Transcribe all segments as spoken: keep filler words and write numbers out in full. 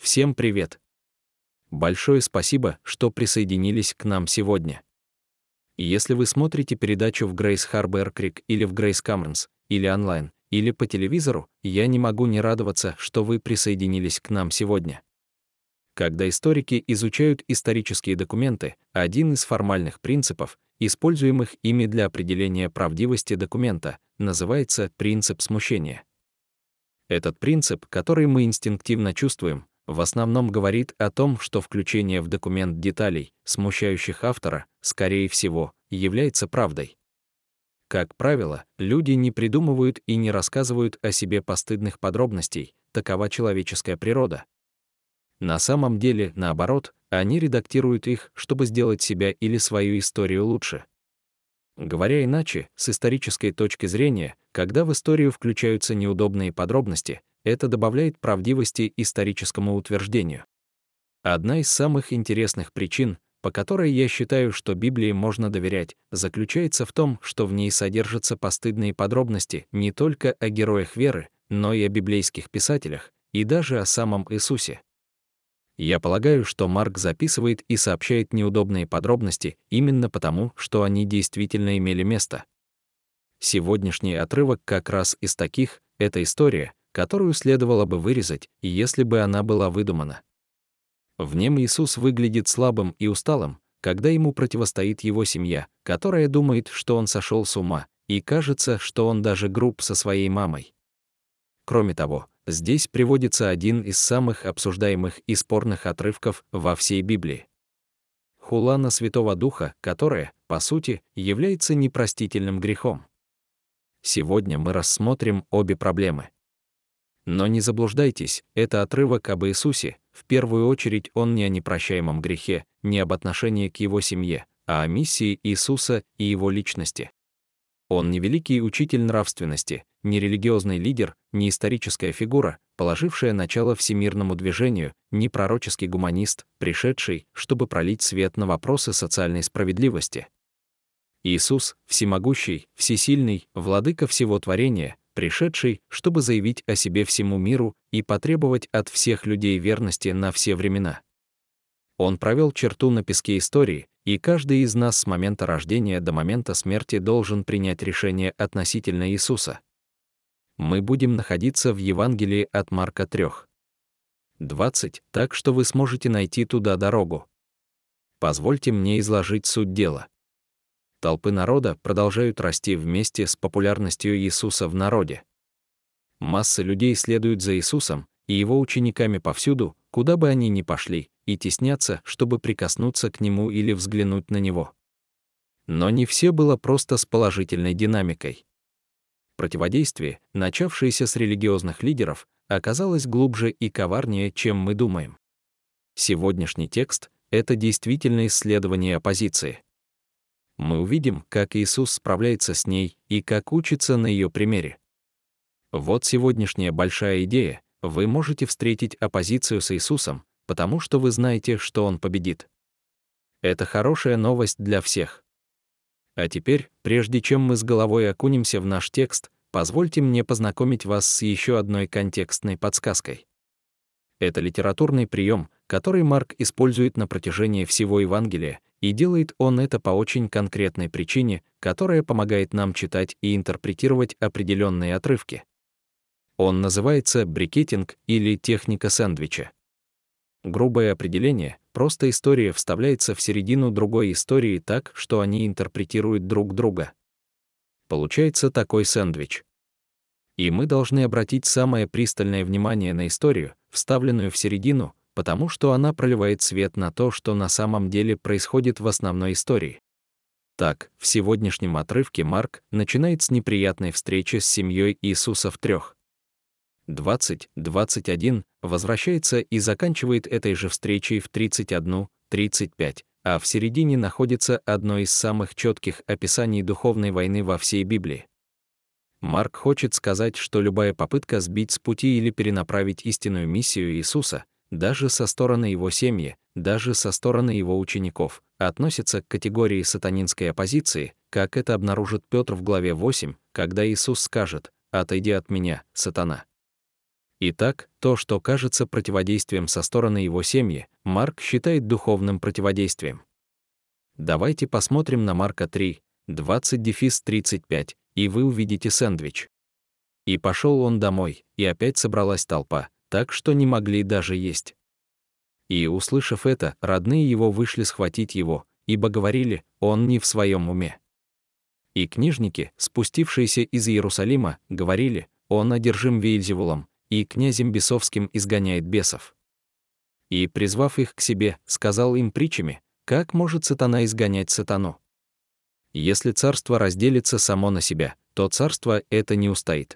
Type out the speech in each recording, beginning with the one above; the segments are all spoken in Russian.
Всем привет! Большое спасибо, что присоединились к нам сегодня. И если вы смотрите передачу в Грейс Харбор Крик или в Грейс Камернс, или онлайн, или по телевизору, я не могу не радоваться, что вы присоединились к нам сегодня. Когда историки изучают исторические документы, один из формальных принципов, используемых ими для определения правдивости документа, называется принцип смущения. Этот принцип, который мы инстинктивно чувствуем, в основном говорит о том, что включение в документ деталей, смущающих автора, скорее всего, является правдой. Как правило, люди не придумывают и не рассказывают о себе постыдных подробностей, такова человеческая природа. На самом деле, наоборот, они редактируют их, чтобы сделать себя или свою историю лучше. Говоря иначе, с исторической точки зрения, когда в историю включаются неудобные подробности, это добавляет правдивости историческому утверждению. Одна из самых интересных причин, по которой я считаю, что Библии можно доверять, заключается в том, что в ней содержатся постыдные подробности не только о героях веры, но и о библейских писателях, и даже о самом Иисусе. Я полагаю, что Марк записывает и сообщает неудобные подробности именно потому, что они действительно имели место. Сегодняшний отрывок как раз из таких — это история, которую следовало бы вырезать, если бы она была выдумана. В нем Иисус выглядит слабым и усталым, когда ему противостоит его семья, которая думает, что он сошел с ума, и кажется, что он даже груб со своей мамой. Кроме того, здесь приводится один из самых обсуждаемых и спорных отрывков во всей Библии. Хула на Святого Духа, которая, по сути, является непростительным грехом. Сегодня мы рассмотрим обе проблемы. Но не заблуждайтесь, это отрывок об Иисусе, в первую очередь он не о непрощаемом грехе, не об отношении к его семье, а о миссии Иисуса и его личности. Он не великий учитель нравственности, не религиозный лидер, не историческая фигура, положившая начало всемирному движению, не пророческий гуманист, пришедший, чтобы пролить свет на вопросы социальной справедливости. Иисус — всемогущий, всесильный, владыка всего творения, пришедший, чтобы заявить о себе всему миру и потребовать от всех людей верности на все времена. Он провел черту на песке истории, и каждый из нас с момента рождения до момента смерти должен принять решение относительно Иисуса. Мы будем находиться в Евангелии от Марка три. двадцать, так что вы сможете найти туда дорогу. Позвольте мне изложить суть дела. Толпы народа продолжают расти вместе с популярностью Иисуса в народе. Массы людей следуют за Иисусом и его учениками повсюду, куда бы они ни пошли, и теснятся, чтобы прикоснуться к нему или взглянуть на него. Но не все было просто с положительной динамикой. Противодействие, начавшееся с религиозных лидеров, оказалось глубже и коварнее, чем мы думаем. Сегодняшний текст — это действительно исследование оппозиции. Мы увидим, как Иисус справляется с ней и как учится на ее примере. Вот сегодняшняя большая идея: вы можете встретить оппозицию с Иисусом, потому что вы знаете, что Он победит. Это хорошая новость для всех. А теперь, прежде чем мы с головой окунемся в наш текст, позвольте мне познакомить вас с еще одной контекстной подсказкой. Это литературный прием, который Марк использует на протяжении всего Евангелия, и делает он это по очень конкретной причине, которая помогает нам читать и интерпретировать определенные отрывки. Он называется брикетинг или техника сэндвича. Грубое определение — просто история вставляется в середину другой истории так, что они интерпретируют друг друга. Получается такой сэндвич. И мы должны обратить самое пристальное внимание на историю, вставленную в середину, потому что она проливает свет на то, что на самом деле происходит в основной истории. Так, в сегодняшнем отрывке Марк начинает с неприятной встречи с семьей Иисуса в трех. двадцать двадцать один возвращается и заканчивает этой же встречей в тридцать один тридцать пять, а в середине находится одно из самых четких описаний духовной войны во всей Библии. Марк хочет сказать, что любая попытка сбить с пути или перенаправить истинную миссию Иисуса, даже со стороны его семьи, даже со стороны его учеников, относится к категории сатанинской оппозиции, как это обнаружит Петр в главе восемь, когда Иисус скажет: «Отойди от меня, сатана». Итак, то, что кажется противодействием со стороны его семьи, Марк считает духовным противодействием. Давайте посмотрим на Марка три, двадцать тридцать пять, и вы увидите сэндвич. «И пошел он домой, и опять собралась толпа, так что не могли даже есть. И, услышав это, родные его вышли схватить его, ибо говорили, он не в своем уме. И книжники, спустившиеся из Иерусалима, говорили, он одержим Веельзевулом, и князем бесовским изгоняет бесов. И, призвав их к себе, сказал им притчами, как может сатана изгонять сатану? Если царство разделится само на себя, то царство это не устоит.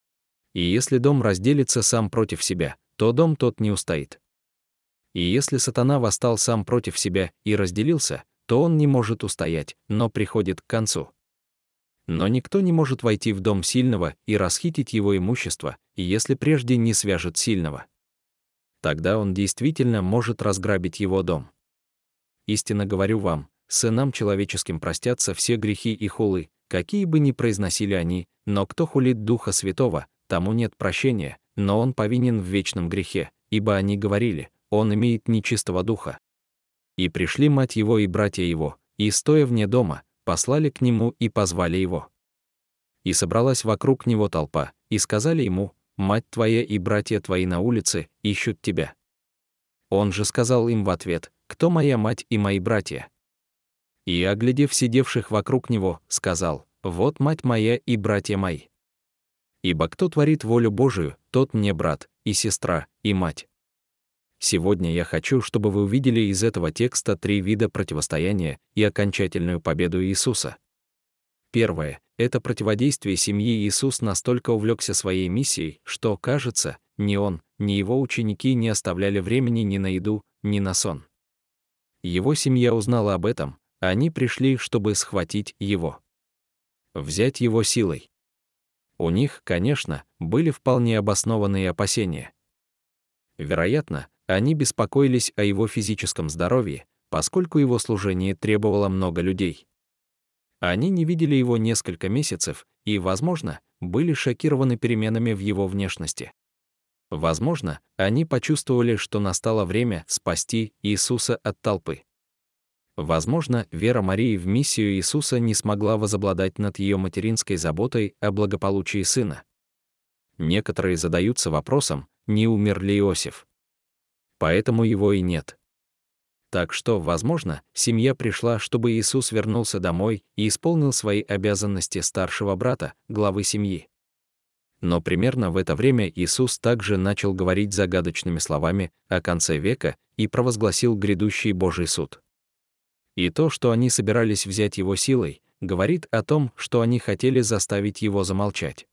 И если дом разделится сам против себя, то дом тот не устоит. И если сатана восстал сам против себя и разделился, то он не может устоять, но приходит к концу. Но никто не может войти в дом сильного и расхитить его имущество, если прежде не свяжет сильного. Тогда он действительно может разграбить его дом. Истинно говорю вам, сынам человеческим простятся все грехи и хулы, какие бы ни произносили они, но кто хулит Духа Святого, тому нет прощения, но он повинен в вечном грехе, ибо они говорили, он имеет нечистого духа. И пришли мать его и братья его, и, стоя вне дома, послали к нему и позвали его. И собралась вокруг него толпа, и сказали ему, «Мать твоя и братья твои на улице ищут тебя». Он же сказал им в ответ, «Кто моя мать и мои братья?» И, оглядев сидевших вокруг него, сказал, «Вот мать моя и братья мои. Ибо кто творит волю Божию, тот мне брат, и сестра, и мать». Сегодня я хочу, чтобы вы увидели из этого текста три вида противостояния и окончательную победу Иисуса. Первое — это противодействие семьи. Иисус настолько увлекся своей миссией, что, кажется, ни он, ни его ученики не оставляли времени ни на еду, ни на сон. Его семья узнала об этом, они пришли, чтобы схватить его. Взять его силой. У них, конечно, были вполне обоснованные опасения. Вероятно, они беспокоились о его физическом здоровье, поскольку его служение требовало много людей. Они не видели его несколько месяцев и, возможно, были шокированы переменами в его внешности. Возможно, они почувствовали, что настало время спасти Иисуса от толпы. Возможно, вера Марии в миссию Иисуса не смогла возобладать над ее материнской заботой о благополучии сына. Некоторые задаются вопросом, не умер ли Иосиф. Поэтому его и нет. Так что, возможно, семья пришла, чтобы Иисус вернулся домой и исполнил свои обязанности старшего брата, главы семьи. Но примерно в это время Иисус также начал говорить загадочными словами о конце века и провозгласил грядущий Божий суд. И то, что они собирались взять его силой, говорит о том, что они хотели заставить его замолчать.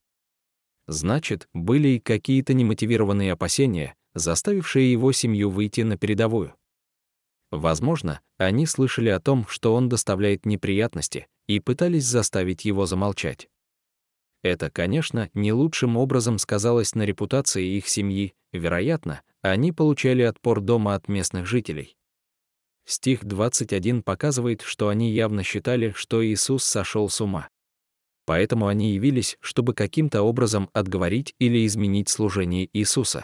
Значит, были и какие-то немотивированные опасения, заставившие его семью выйти на передовую. Возможно, они слышали о том, что он доставляет неприятности, и пытались заставить его замолчать. Это, конечно, не лучшим образом сказалось на репутации их семьи, вероятно, они получали отпор дома от местных жителей. Стих двадцать один показывает, что они явно считали, что Иисус сошел с ума. Поэтому они явились, чтобы каким-то образом отговорить или изменить служение Иисуса.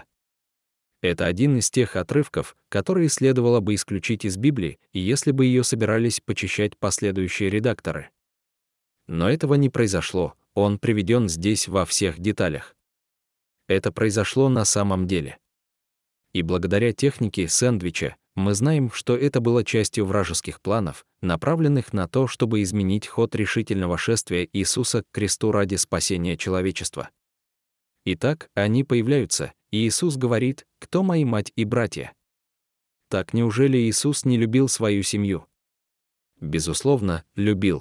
Это один из тех отрывков, которые следовало бы исключить из Библии, если бы ее собирались почищать последующие редакторы. Но этого не произошло, он приведен здесь во всех деталях. Это произошло на самом деле. И благодаря технике сэндвича, мы знаем, что это было частью вражеских планов, направленных на то, чтобы изменить ход решительного шествия Иисуса к кресту ради спасения человечества. Итак, они появляются, и Иисус говорит, «Кто мои мать и братья?» Так неужели Иисус не любил свою семью? Безусловно, любил.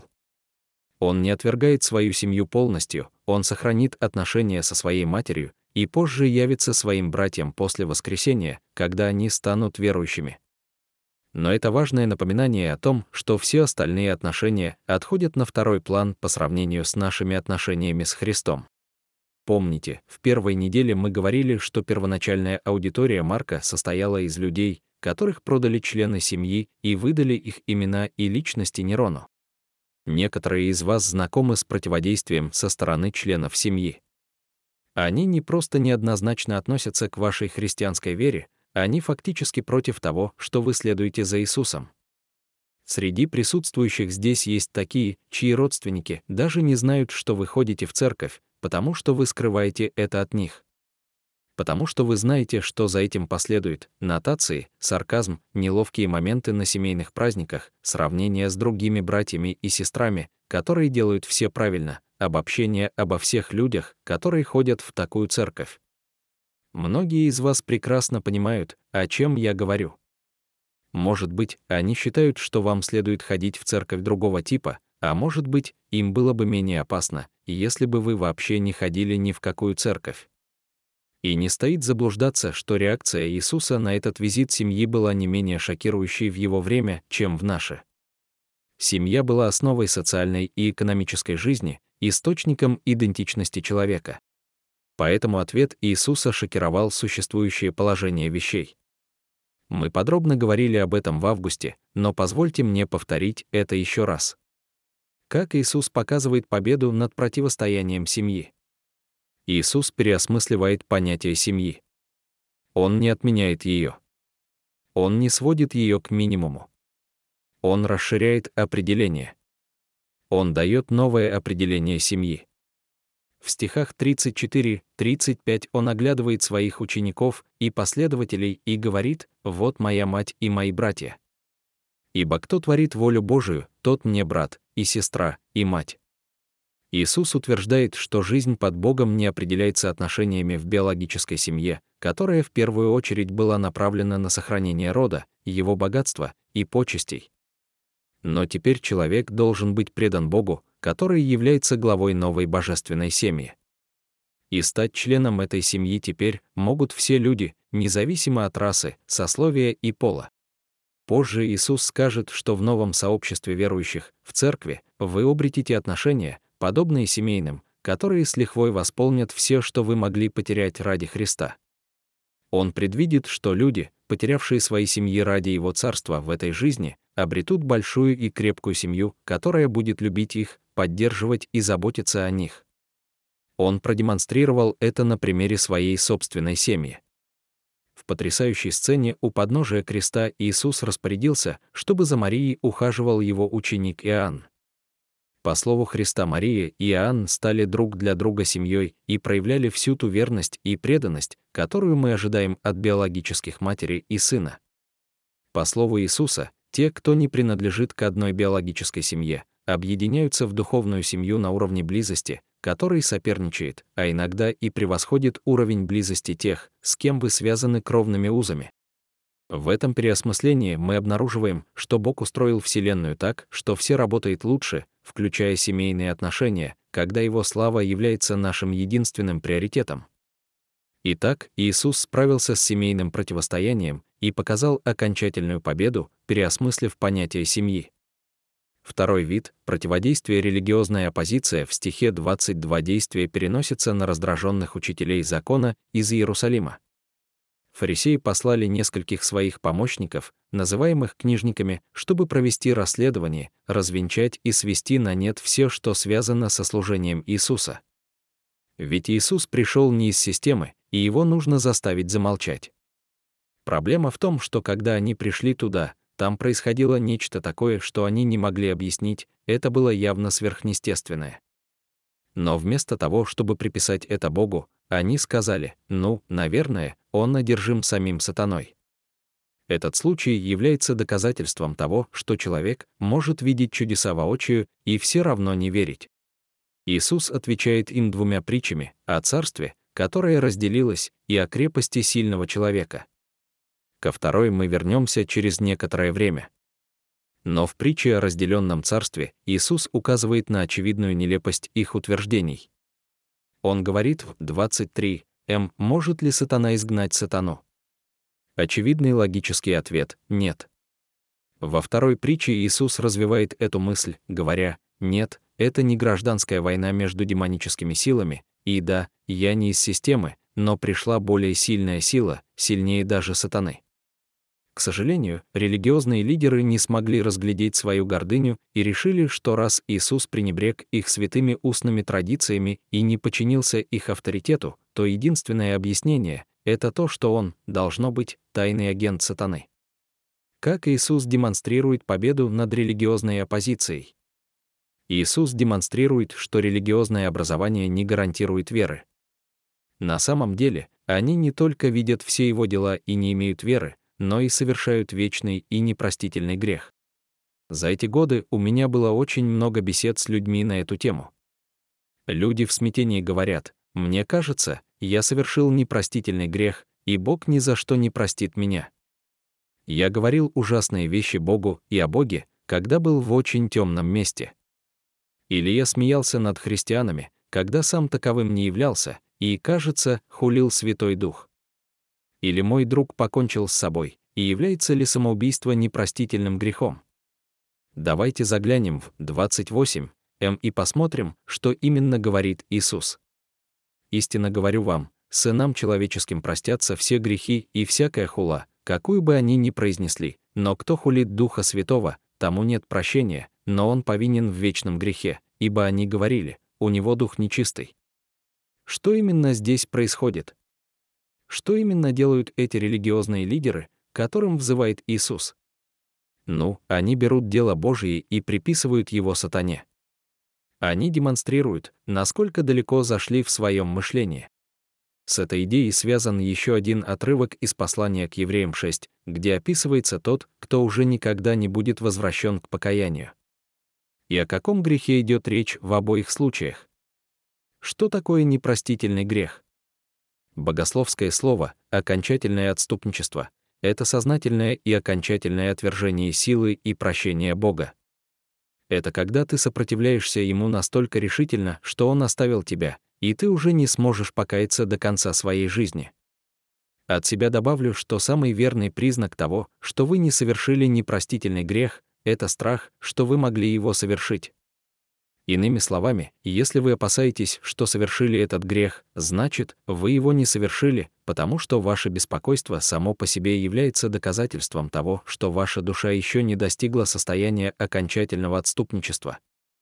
Он не отвергает свою семью полностью, он сохранит отношения со своей матерью и позже явится своим братьям после воскресения, когда они станут верующими. Но это важное напоминание о том, что все остальные отношения отходят на второй план по сравнению с нашими отношениями с Христом. Помните, в первой неделе мы говорили, что первоначальная аудитория Марка состояла из людей, которых продали члены семьи и выдали их имена и личности Нерону. Некоторые из вас знакомы с противодействием со стороны членов семьи. Они не просто неоднозначно относятся к вашей христианской вере, они фактически против того, что вы следуете за Иисусом. Среди присутствующих здесь есть такие, чьи родственники даже не знают, что вы ходите в церковь, потому что вы скрываете это от них. Потому что вы знаете, что за этим последует: нотации, сарказм, неловкие моменты на семейных праздниках, сравнения с другими братьями и сестрами, которые делают все правильно, обобщение обо всех людях, которые ходят в такую церковь. Многие из вас прекрасно понимают, о чем я говорю. Может быть, они считают, что вам следует ходить в церковь другого типа, а может быть, им было бы менее опасно, если бы вы вообще не ходили ни в какую церковь. И не стоит заблуждаться, что реакция Иисуса на этот визит семьи была не менее шокирующей в его время, чем в наше. Семья была основой социальной и экономической жизни, источником идентичности человека. Поэтому ответ Иисуса шокировал существующее положение вещей. Мы подробно говорили об этом в августе, но позвольте мне повторить это еще раз. Как Иисус показывает победу над противостоянием семьи? Иисус переосмысливает понятие семьи. Он не отменяет ее. Он не сводит ее к минимуму. Он расширяет определение. Он дает новое определение семьи. В стихах тридцать четыре тридцать пять он оглядывает своих учеников и последователей и говорит: «Вот моя мать и мои братья. Ибо кто творит волю Божию, тот мне брат, и сестра, и мать». Иисус утверждает, что жизнь под Богом не определяется отношениями в биологической семье, которая в первую очередь была направлена на сохранение рода, его богатства и почестей. Но теперь человек должен быть предан Богу, который является главой новой божественной семьи. И стать членом этой семьи теперь могут все люди, независимо от расы, сословия и пола. Позже Иисус скажет, что в новом сообществе верующих, в церкви, вы обретете отношения, подобные семейным, которые с лихвой восполнят все, что вы могли потерять ради Христа. Он предвидит, что люди, потерявшие свои семьи ради Его царства в этой жизни, обретут большую и крепкую семью, которая будет любить их, поддерживать и заботиться о них. Он продемонстрировал это на примере своей собственной семьи. В потрясающей сцене у подножия креста Иисус распорядился, чтобы за Марией ухаживал его ученик Иоанн. По слову Христа, Мария и Иоанн стали друг для друга семьей и проявляли всю ту верность и преданность, которую мы ожидаем от биологических матери и сына. По слову Иисуса, те, кто не принадлежит к одной биологической семье, объединяются в духовную семью на уровне близости, который соперничает, а иногда и превосходит уровень близости тех, с кем вы связаны кровными узами. В этом переосмыслении мы обнаруживаем, что Бог устроил Вселенную так, что все работает лучше, включая семейные отношения, когда Его слава является нашим единственным приоритетом. Итак, Иисус справился с семейным противостоянием и показал окончательную победу, переосмыслив понятие семьи. Второй вид, противодействие религиозная оппозиция, в стихе двадцать два действие переносится на раздраженных учителей закона из Иерусалима. Фарисеи послали нескольких своих помощников, называемых книжниками, чтобы провести расследование, развенчать и свести на нет все, что связано со служением Иисуса. Ведь Иисус пришел не из системы, и его нужно заставить замолчать. Проблема в том, что когда они пришли туда, там происходило нечто такое, что они не могли объяснить, это было явно сверхъестественное. Но вместо того, чтобы приписать это Богу, они сказали: «Ну, наверное, он одержим самим сатаной». Этот случай является доказательством того, что человек может видеть чудеса воочию и все равно не верить. Иисус отвечает им двумя притчами о царстве, которое разделилось, и о крепости сильного человека. Ко второй мы вернемся через некоторое время. Но в притче о разделенном царстве Иисус указывает на очевидную нелепость их утверждений. Он говорит в двадцать три эм «Может ли сатана изгнать сатану?» Очевидный логический ответ – нет. Во второй притче Иисус развивает эту мысль, говоря: «Нет, это не гражданская война между демоническими силами, и да, я не из системы, но пришла более сильная сила, сильнее даже сатаны». К сожалению, религиозные лидеры не смогли разглядеть свою гордыню и решили, что раз Иисус пренебрег их святыми устными традициями и не подчинился их авторитету, то единственное объяснение — это то, что он, должно быть, тайный агент сатаны. Как Иисус демонстрирует победу над религиозной оппозицией? Иисус демонстрирует, что религиозное образование не гарантирует веры. На самом деле, они не только видят все его дела и не имеют веры, но и совершают вечный и непростительный грех. За эти годы у меня было очень много бесед с людьми на эту тему. Люди в смятении говорят: «Мне кажется, я совершил непростительный грех, и Бог ни за что не простит меня». Я говорил ужасные вещи Богу и о Боге, когда был в очень темном месте. Или я смеялся над христианами, когда сам таковым не являлся, и, кажется, хулил Святой Дух. Или мой друг покончил с собой, и является ли самоубийство непростительным грехом? Давайте заглянем в двадцать восемь эм и посмотрим, что именно говорит Иисус. «Истинно говорю вам, сынам человеческим простятся все грехи и всякая хула, какую бы они ни произнесли, но кто хулит Духа Святого, тому нет прощения, но он повинен в вечном грехе, ибо они говорили: у него дух нечистый». Что именно здесь происходит? Что именно делают эти религиозные лидеры, к которым взывает Иисус? Ну, они берут дело Божие и приписывают его сатане. Они демонстрируют, насколько далеко зашли в своем мышлении. С этой идеей связан еще один отрывок из послания к Евреям шесть, где описывается тот, кто уже никогда не будет возвращен к покаянию. И о каком грехе идет речь в обоих случаях? Что такое непростительный грех? Богословское слово «окончательное отступничество» — это сознательное и окончательное отвержение силы и прощения Бога. Это когда ты сопротивляешься Ему настолько решительно, что Он оставил тебя, и ты уже не сможешь покаяться до конца своей жизни. От себя добавлю, что самый верный признак того, что вы не совершили непростительный грех, это страх, что вы могли его совершить. Иными словами, если вы опасаетесь, что совершили этот грех, значит, вы его не совершили, потому что ваше беспокойство само по себе является доказательством того, что ваша душа еще не достигла состояния окончательного отступничества.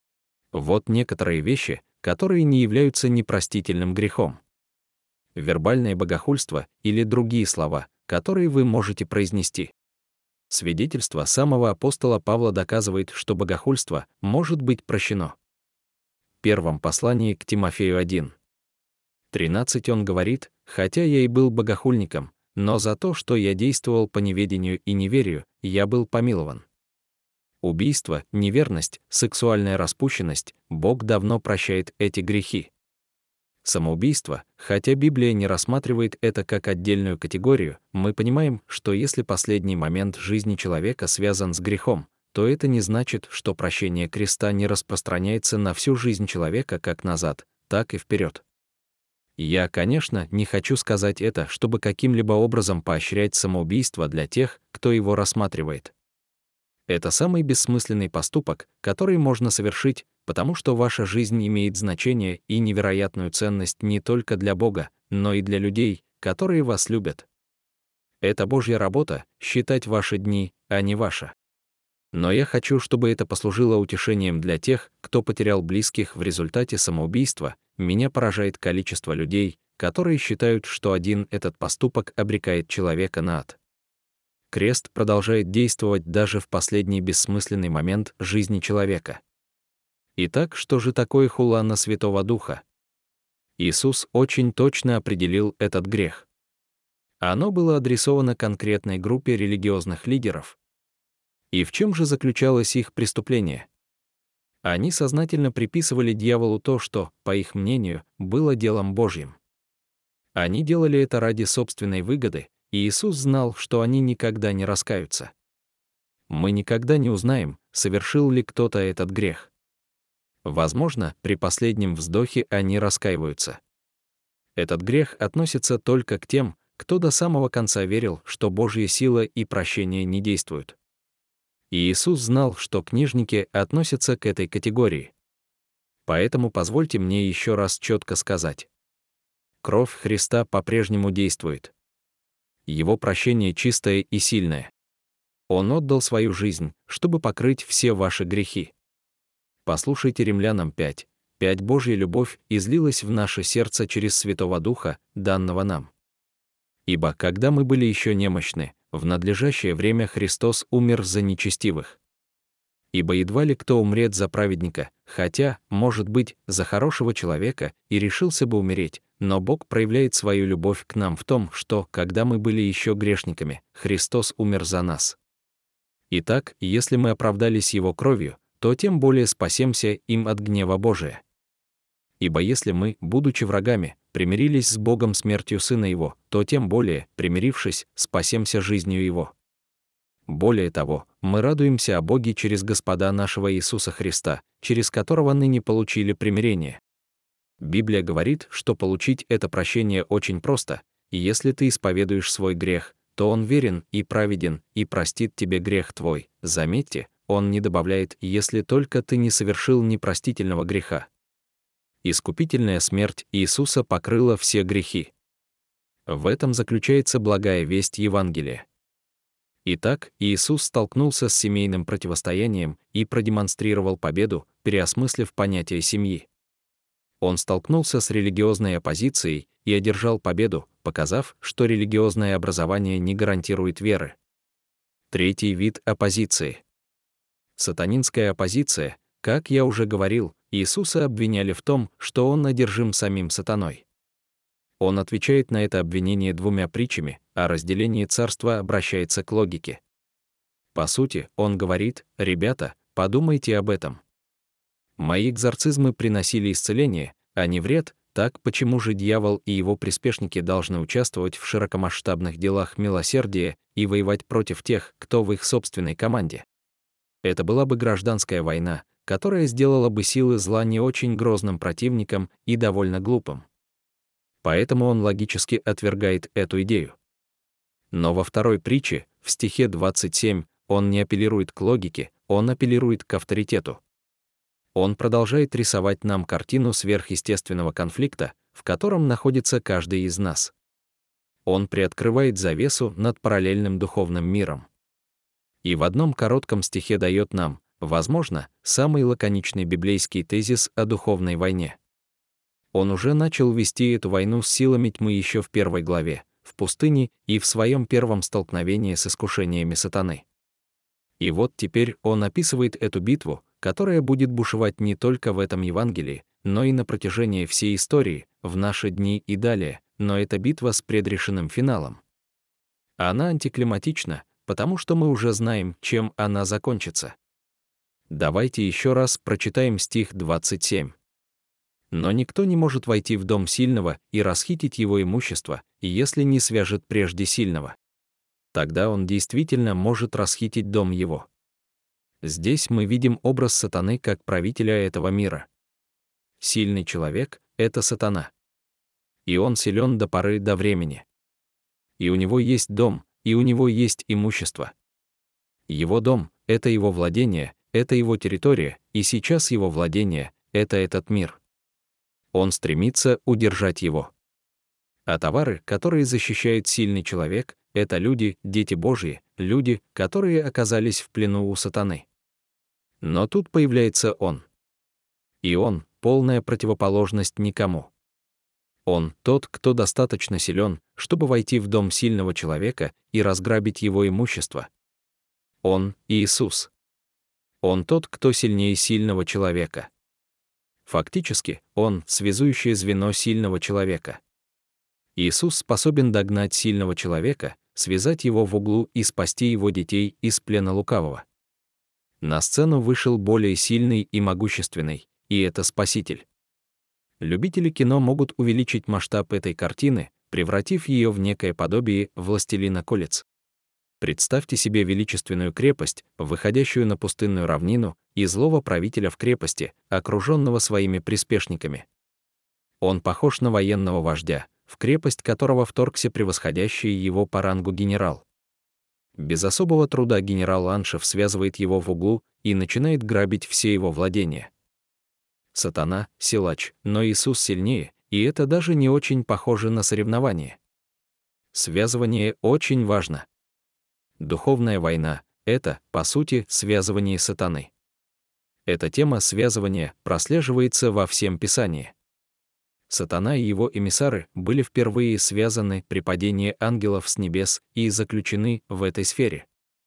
Вот некоторые вещи, которые не являются непростительным грехом. Вербальное богохульство или другие слова, которые вы можете произнести. Свидетельство самого апостола Павла доказывает, что богохульство может быть прощено. В первом послании к Тимофею один тринадцать он говорит: «Хотя я и был богохульником, но за то, что я действовал по неведению и неверию, я был помилован». Убийство, неверность, сексуальная распущенность — Бог давно прощает эти грехи. Самоубийство, хотя Библия не рассматривает это как отдельную категорию, мы понимаем, что если последний момент жизни человека связан с грехом, то это не значит, что прощение креста не распространяется на всю жизнь человека как назад, так и вперед. Я, конечно, не хочу сказать это, чтобы каким-либо образом поощрять самоубийство для тех, кто его рассматривает. Это самый бессмысленный поступок, который можно совершить, потому что ваша жизнь имеет значение и невероятную ценность не только для Бога, но и для людей, которые вас любят. Это Божья работа — считать ваши дни, а не ваша. Но я хочу, чтобы это послужило утешением для тех, кто потерял близких в результате самоубийства. Меня поражает количество людей, которые считают, что один этот поступок обрекает человека на ад. Крест продолжает действовать даже в последний бессмысленный момент жизни человека. Итак, что же такое хула на Святого Духа? Иисус очень точно определил этот грех. Оно было адресовано конкретной группе религиозных лидеров. И в чем же заключалось их преступление? Они сознательно приписывали дьяволу то, что, по их мнению, было делом Божьим. Они делали это ради собственной выгоды, и Иисус знал, что они никогда не раскаются. Мы никогда не узнаем, совершил ли кто-то этот грех. Возможно, при последнем вздохе они раскаиваются. Этот грех относится только к тем, кто до самого конца верил, что Божья сила и прощение не действуют. И Иисус знал, что книжники относятся к этой категории. Поэтому позвольте мне еще раз четко сказать. Кровь Христа по-прежнему действует. Его прощение чистое и сильное. Он отдал свою жизнь, чтобы покрыть все ваши грехи. Послушайте Римлянам пять, пять Божья любовь излилась в наше сердце через Святого Духа, данного нам. Ибо когда мы были еще немощны, в надлежащее время Христос умер за нечестивых. Ибо едва ли кто умрет за праведника, хотя, может быть, за хорошего человека, и решился бы умереть, но Бог проявляет свою любовь к нам в том, что, когда мы были еще грешниками, Христос умер за нас. Итак, если мы оправдались Его кровью, то тем более спасемся им от гнева Божия. Ибо если мы, будучи врагами, примирились с Богом смертью Сына Его, то тем более, примирившись, спасемся жизнью Его. Более того, мы радуемся о Боге через Господа нашего Иисуса Христа, через которого ныне получили примирение. Библия говорит, что получить это прощение очень просто, и если ты исповедуешь свой грех, то Он верен и праведен, и простит тебе грех твой. Заметьте, Он не добавляет, если только ты не совершил непростительного греха. Искупительная смерть Иисуса покрыла все грехи. В этом заключается благая весть Евангелия. Итак, Иисус столкнулся с семейным противостоянием и продемонстрировал победу, переосмыслив понятие семьи. Он столкнулся с религиозной оппозицией и одержал победу, показав, что религиозное образование не гарантирует веры. Третий вид оппозиции. Сатанинская оппозиция. Как я уже говорил, Иисуса обвиняли в том, что Он одержим самим сатаной. Он отвечает на это обвинение двумя притчами, а разделение царства обращается к логике. По сути, он говорит: «Ребята, подумайте об этом. Мои экзорцизмы приносили исцеление, а не вред, так почему же дьявол и его приспешники должны участвовать в широкомасштабных делах милосердия и воевать против тех, кто в их собственной команде?» Это была бы гражданская война, которая сделала бы силы зла не очень грозным противником и довольно глупым. Поэтому он логически отвергает эту идею. Но во второй притче, в стихе двадцать семь, он не апеллирует к логике, он апеллирует к авторитету. Он продолжает рисовать нам картину сверхъестественного конфликта, в котором находится каждый из нас. Он приоткрывает завесу над параллельным духовным миром. И в одном коротком стихе дает нам, возможно, самый лаконичный библейский тезис о духовной войне. Он уже начал вести эту войну с силами тьмы еще в первой главе, в пустыне и в своем первом столкновении с искушениями сатаны. И вот теперь он описывает эту битву, которая будет бушевать не только в этом Евангелии, но и на протяжении всей истории, в наши дни и далее, но это битва с предрешенным финалом. Она антиклиматична, потому что мы уже знаем, чем она закончится. Давайте еще раз прочитаем стих двадцать семь. «Но никто не может войти в дом сильного и расхитить его имущество, если не свяжет прежде сильного. Тогда он действительно может расхитить дом его». Здесь мы видим образ сатаны как правителя этого мира. Сильный человек — это сатана. И он силен до поры до времени. И у него есть дом, и у него есть имущество. Его дом — это его владение, это его территория, и сейчас его владение — это этот мир. Он стремится удержать его. А товары, которые защищает сильный человек, это люди, дети Божьи, люди, которые оказались в плену у сатаны. Но тут появляется он. И он — полная противоположность никому. Он — тот, кто достаточно силен, чтобы войти в дом сильного человека и разграбить его имущество. Он — Иисус. Он тот, кто сильнее сильного человека. Фактически, он — связующее звено сильного человека. Иисус способен догнать сильного человека, связать его в углу и спасти его детей из плена лукавого. На сцену вышел более сильный и могущественный, и это Спаситель. Любители кино могут увеличить масштаб этой картины, превратив ее в некое подобие «Властелина колец». Представьте себе величественную крепость, выходящую на пустынную равнину, и злого правителя в крепости, окруженного своими приспешниками. Он похож на военного вождя, в крепость которого вторгся превосходящий его по рангу генерал. Без особого труда генерал Аншев связывает его в углу и начинает грабить все его владения. Сатана — силач, но Иисус сильнее, и это даже не очень похоже на соревнование. Связывание очень важно. Духовная война — это, по сути, связывание сатаны. Эта тема связывания прослеживается во всем Писании. Сатана и его эмиссары были впервые связаны при падении ангелов с небес и заключены в этой сфере.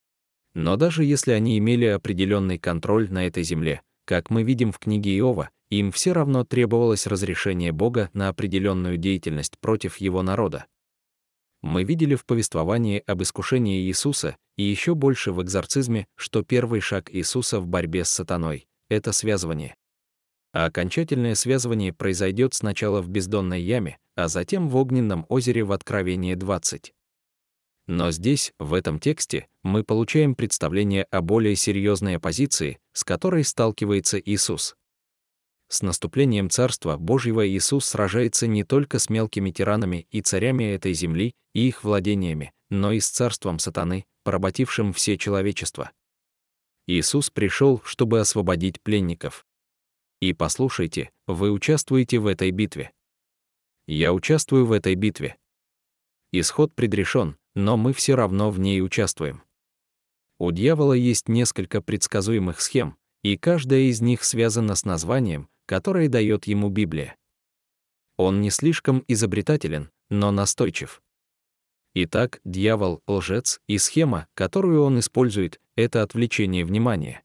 Но даже если они имели определенный контроль на этой земле, как мы видим в книге Иова, им все равно требовалось разрешение Бога на определенную деятельность против его народа. Мы видели в повествовании об искушении Иисуса и еще больше в экзорцизме, что первый шаг Иисуса в борьбе с сатаной — это связывание. А окончательное связывание произойдет сначала в бездонной яме, а затем в огненном озере в Откровении двадцать. Но здесь, в этом тексте, мы получаем представление о более серьезной оппозиции, с которой сталкивается Иисус. С наступлением Царства Божьего Иисус сражается не только с мелкими тиранами и царями этой земли и их владениями, но и с царством сатаны, поработившим все человечество. Иисус пришел, чтобы освободить пленников. И послушайте, вы участвуете в этой битве. Я участвую в этой битве. Исход предрешен, но мы все равно в ней участвуем. У дьявола есть несколько предсказуемых схем, и каждая из них связана с названием, которое дает ему Библия. Он не слишком изобретателен, но настойчив. Итак, дьявол — лжец, и схема, которую он использует, — это отвлечение внимания.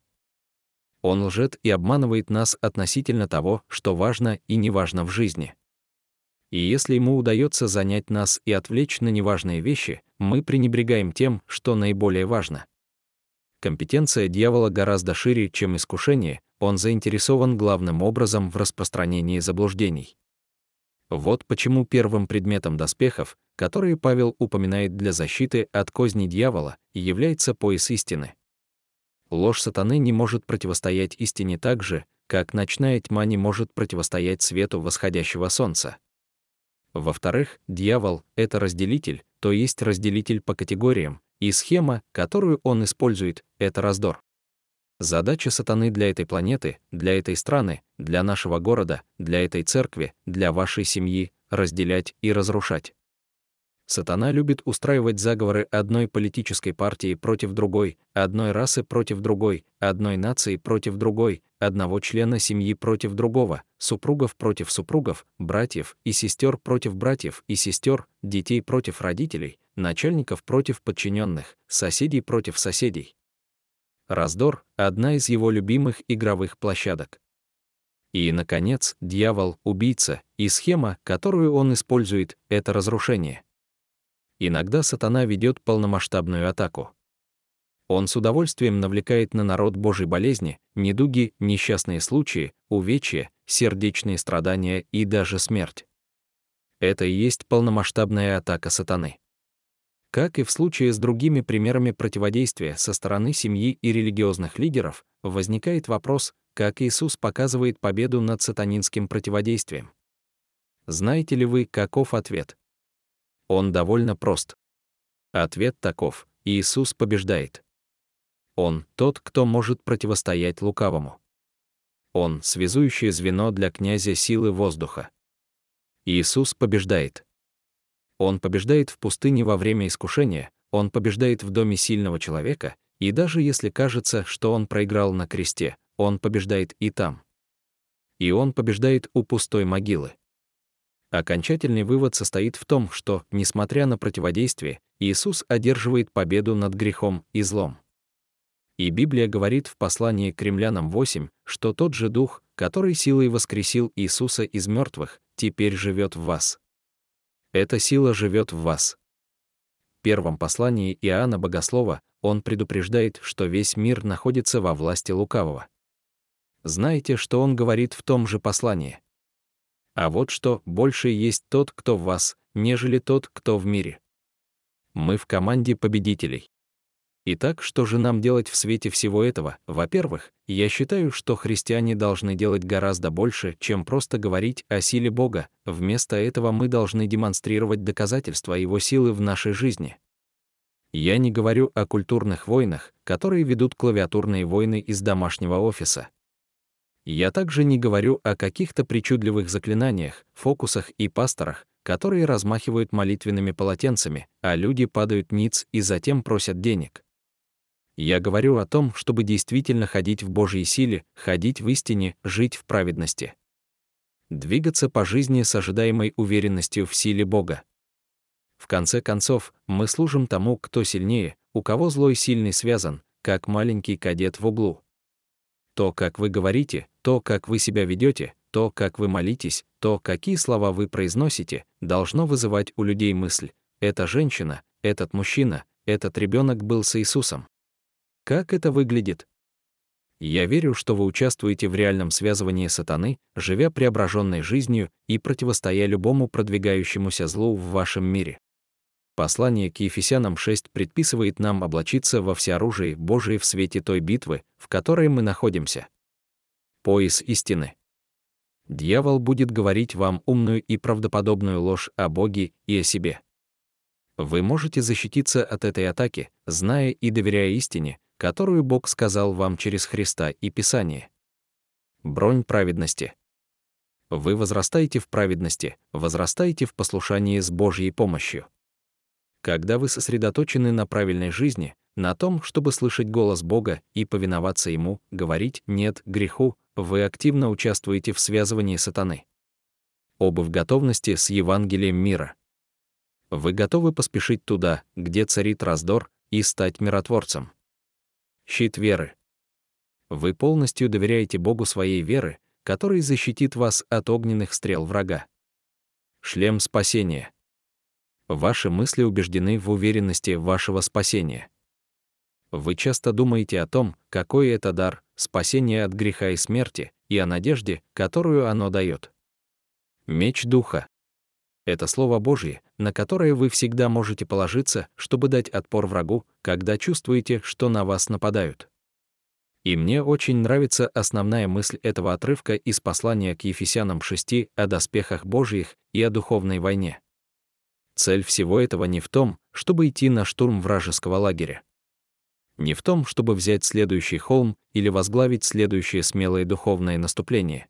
Он лжет и обманывает нас относительно того, что важно и не важно в жизни. И если ему удается занять нас и отвлечь на неважные вещи, мы пренебрегаем тем, что наиболее важно. Компетенция дьявола гораздо шире, чем искушение, он заинтересован главным образом в распространении заблуждений. Вот почему первым предметом доспехов, которые Павел упоминает для защиты от козни дьявола, является пояс истины. Ложь сатаны не может противостоять истине так же, как ночная тьма не может противостоять свету восходящего солнца. Во-вторых, дьявол — это разделитель, то есть разделитель по категориям, и схема, которую он использует, — это раздор. Задача сатаны для этой планеты, для этой страны, для нашего города, для этой церкви, для вашей семьи — разделять и разрушать. Сатана любит устраивать заговоры одной политической партии против другой, одной расы против другой, одной нации против другой, одного члена семьи против другого, супругов против супругов, братьев и сестер против братьев и сестер, детей против родителей, начальников против подчиненных, соседей против соседей. Раздор — одна из его любимых игровых площадок. И, наконец, дьявол — убийца, и схема, которую он использует, — это разрушение. Иногда сатана ведет полномасштабную атаку. Он с удовольствием навлекает на народ Божий болезни, недуги, несчастные случаи, увечья, сердечные страдания и даже смерть. Это и есть полномасштабная атака сатаны. Как и в случае с другими примерами противодействия со стороны семьи и религиозных лидеров, возникает вопрос, как Иисус показывает победу над сатанинским противодействием. Знаете ли вы, каков ответ? Он довольно прост. Ответ таков: Иисус побеждает. Он — тот, кто может противостоять лукавому. Он — связующее звено для князя силы воздуха. Иисус побеждает. Он побеждает в пустыне во время искушения, он побеждает в доме сильного человека, и даже если кажется, что он проиграл на кресте, он побеждает и там. И он побеждает у пустой могилы. Окончательный вывод состоит в том, что, несмотря на противодействие, Иисус одерживает победу над грехом и злом. И Библия говорит в послании к Римлянам восемь, что тот же Дух, который силой воскресил Иисуса из мертвых, теперь живет в вас. Эта сила живет в вас. В первом послании Иоанна Богослова он предупреждает, что весь мир находится во власти лукавого. Знаете, что он говорит в том же послании? А вот что: больше есть тот, кто в вас, нежели тот, кто в мире. Мы в команде победителей. Итак, что же нам делать в свете всего этого? Во-первых, я считаю, что христиане должны делать гораздо больше, чем просто говорить о силе Бога. Вместо этого мы должны демонстрировать доказательства Его силы в нашей жизни. Я не говорю о культурных войнах, которые ведут клавиатурные войны из домашнего офиса. Я также не говорю о каких-то причудливых заклинаниях, фокусах и пасторах, которые размахивают молитвенными полотенцами, а люди падают ниц и затем просят денег. Я говорю о том, чтобы действительно ходить в Божьей силе, ходить в истине, жить в праведности. Двигаться по жизни с ожидаемой уверенностью в силе Бога. В конце концов, мы служим тому, кто сильнее, у кого злой сильный связан, как маленький кадет в углу. То, как вы говорите, то, как вы себя ведете, то, как вы молитесь, то, какие слова вы произносите, должно вызывать у людей мысль: эта женщина, этот мужчина, этот ребенок был с Иисусом. Как это выглядит? Я верю, что вы участвуете в реальном связывании сатаны, живя преображенной жизнью и противостоя любому продвигающемуся злу в вашем мире. Послание к Ефесянам шесть предписывает нам облачиться во всеоружие Божие в свете той битвы, в которой мы находимся. Пояс истины. Дьявол будет говорить вам умную и правдоподобную ложь о Боге и о себе. Вы можете защититься от этой атаки, зная и доверяя истине, которую Бог сказал вам через Христа и Писание. Бронь праведности. Вы возрастаете в праведности, возрастаете в послушании с Божьей помощью. Когда вы сосредоточены на правильной жизни, на том, чтобы слышать голос Бога и повиноваться Ему, говорить «нет» греху, вы активно участвуете в связывании сатаны. Оба в готовности с Евангелием мира. Вы готовы поспешить туда, где царит раздор, и стать миротворцем. Щит веры. Вы полностью доверяете Богу своей веры, который защитит вас от огненных стрел врага. Шлем спасения. Ваши мысли убеждены в уверенности вашего спасения. Вы часто думаете о том, какой это дар, спасение от греха и смерти, и о надежде, которую оно дает. Меч Духа. Это Слово Божье, на которое вы всегда можете положиться, чтобы дать отпор врагу, когда чувствуете, что на вас нападают. И мне очень нравится основная мысль этого отрывка из послания к Ефесянам шесть о доспехах Божьих и о духовной войне. Цель всего этого не в том, чтобы идти на штурм вражеского лагеря. Не в том, чтобы взять следующий холм или возглавить следующее смелое духовное наступление.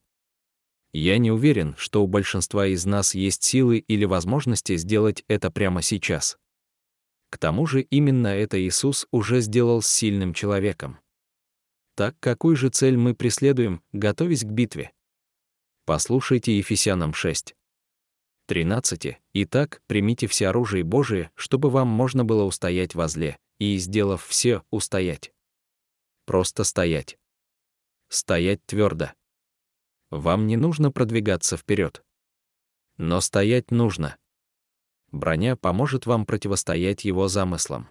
Я не уверен, что у большинства из нас есть силы или возможности сделать это прямо сейчас. К тому же именно это Иисус уже сделал с сильным человеком. Так какую же цель мы преследуем, готовясь к битве? Послушайте Ефесянам шесть. тринадцать. «Итак, примите все оружие Божие, чтобы вам можно было устоять во зле, и, сделав все, устоять». Просто стоять. Стоять твердо. Вам не нужно продвигаться вперед. Но стоять нужно. Броня поможет вам противостоять его замыслам.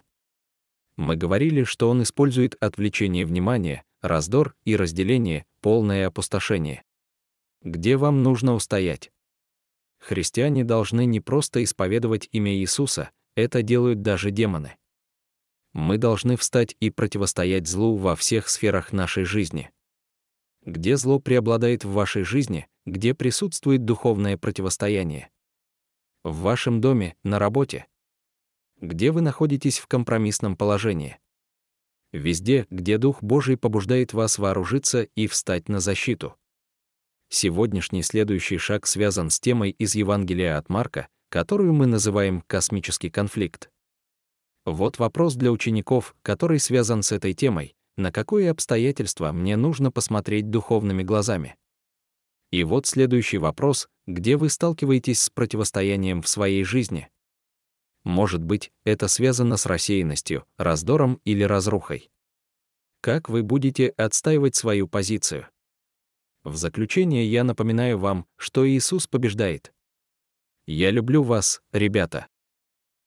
Мы говорили, что он использует отвлечение внимания, раздор и разделение, полное опустошение. Где вам нужно устоять? Христиане должны не просто исповедовать имя Иисуса, это делают даже демоны. Мы должны встать и противостоять злу во всех сферах нашей жизни. Где зло преобладает в вашей жизни, где присутствует духовное противостояние? В вашем доме, на работе? Где вы находитесь в компромиссном положении? Везде, где Дух Божий побуждает вас вооружиться и встать на защиту. Сегодняшний следующий шаг связан с темой из Евангелия от Марка, которую мы называем «космический конфликт». Вот вопрос для учеников, который связан с этой темой: на какое обстоятельство мне нужно посмотреть духовными глазами? И вот следующий вопрос: где вы сталкиваетесь с противостоянием в своей жизни? Может быть, это связано с рассеянностью, раздором или разрухой. Как вы будете отстаивать свою позицию? В заключение я напоминаю вам, что Иисус побеждает. Я люблю вас, ребята.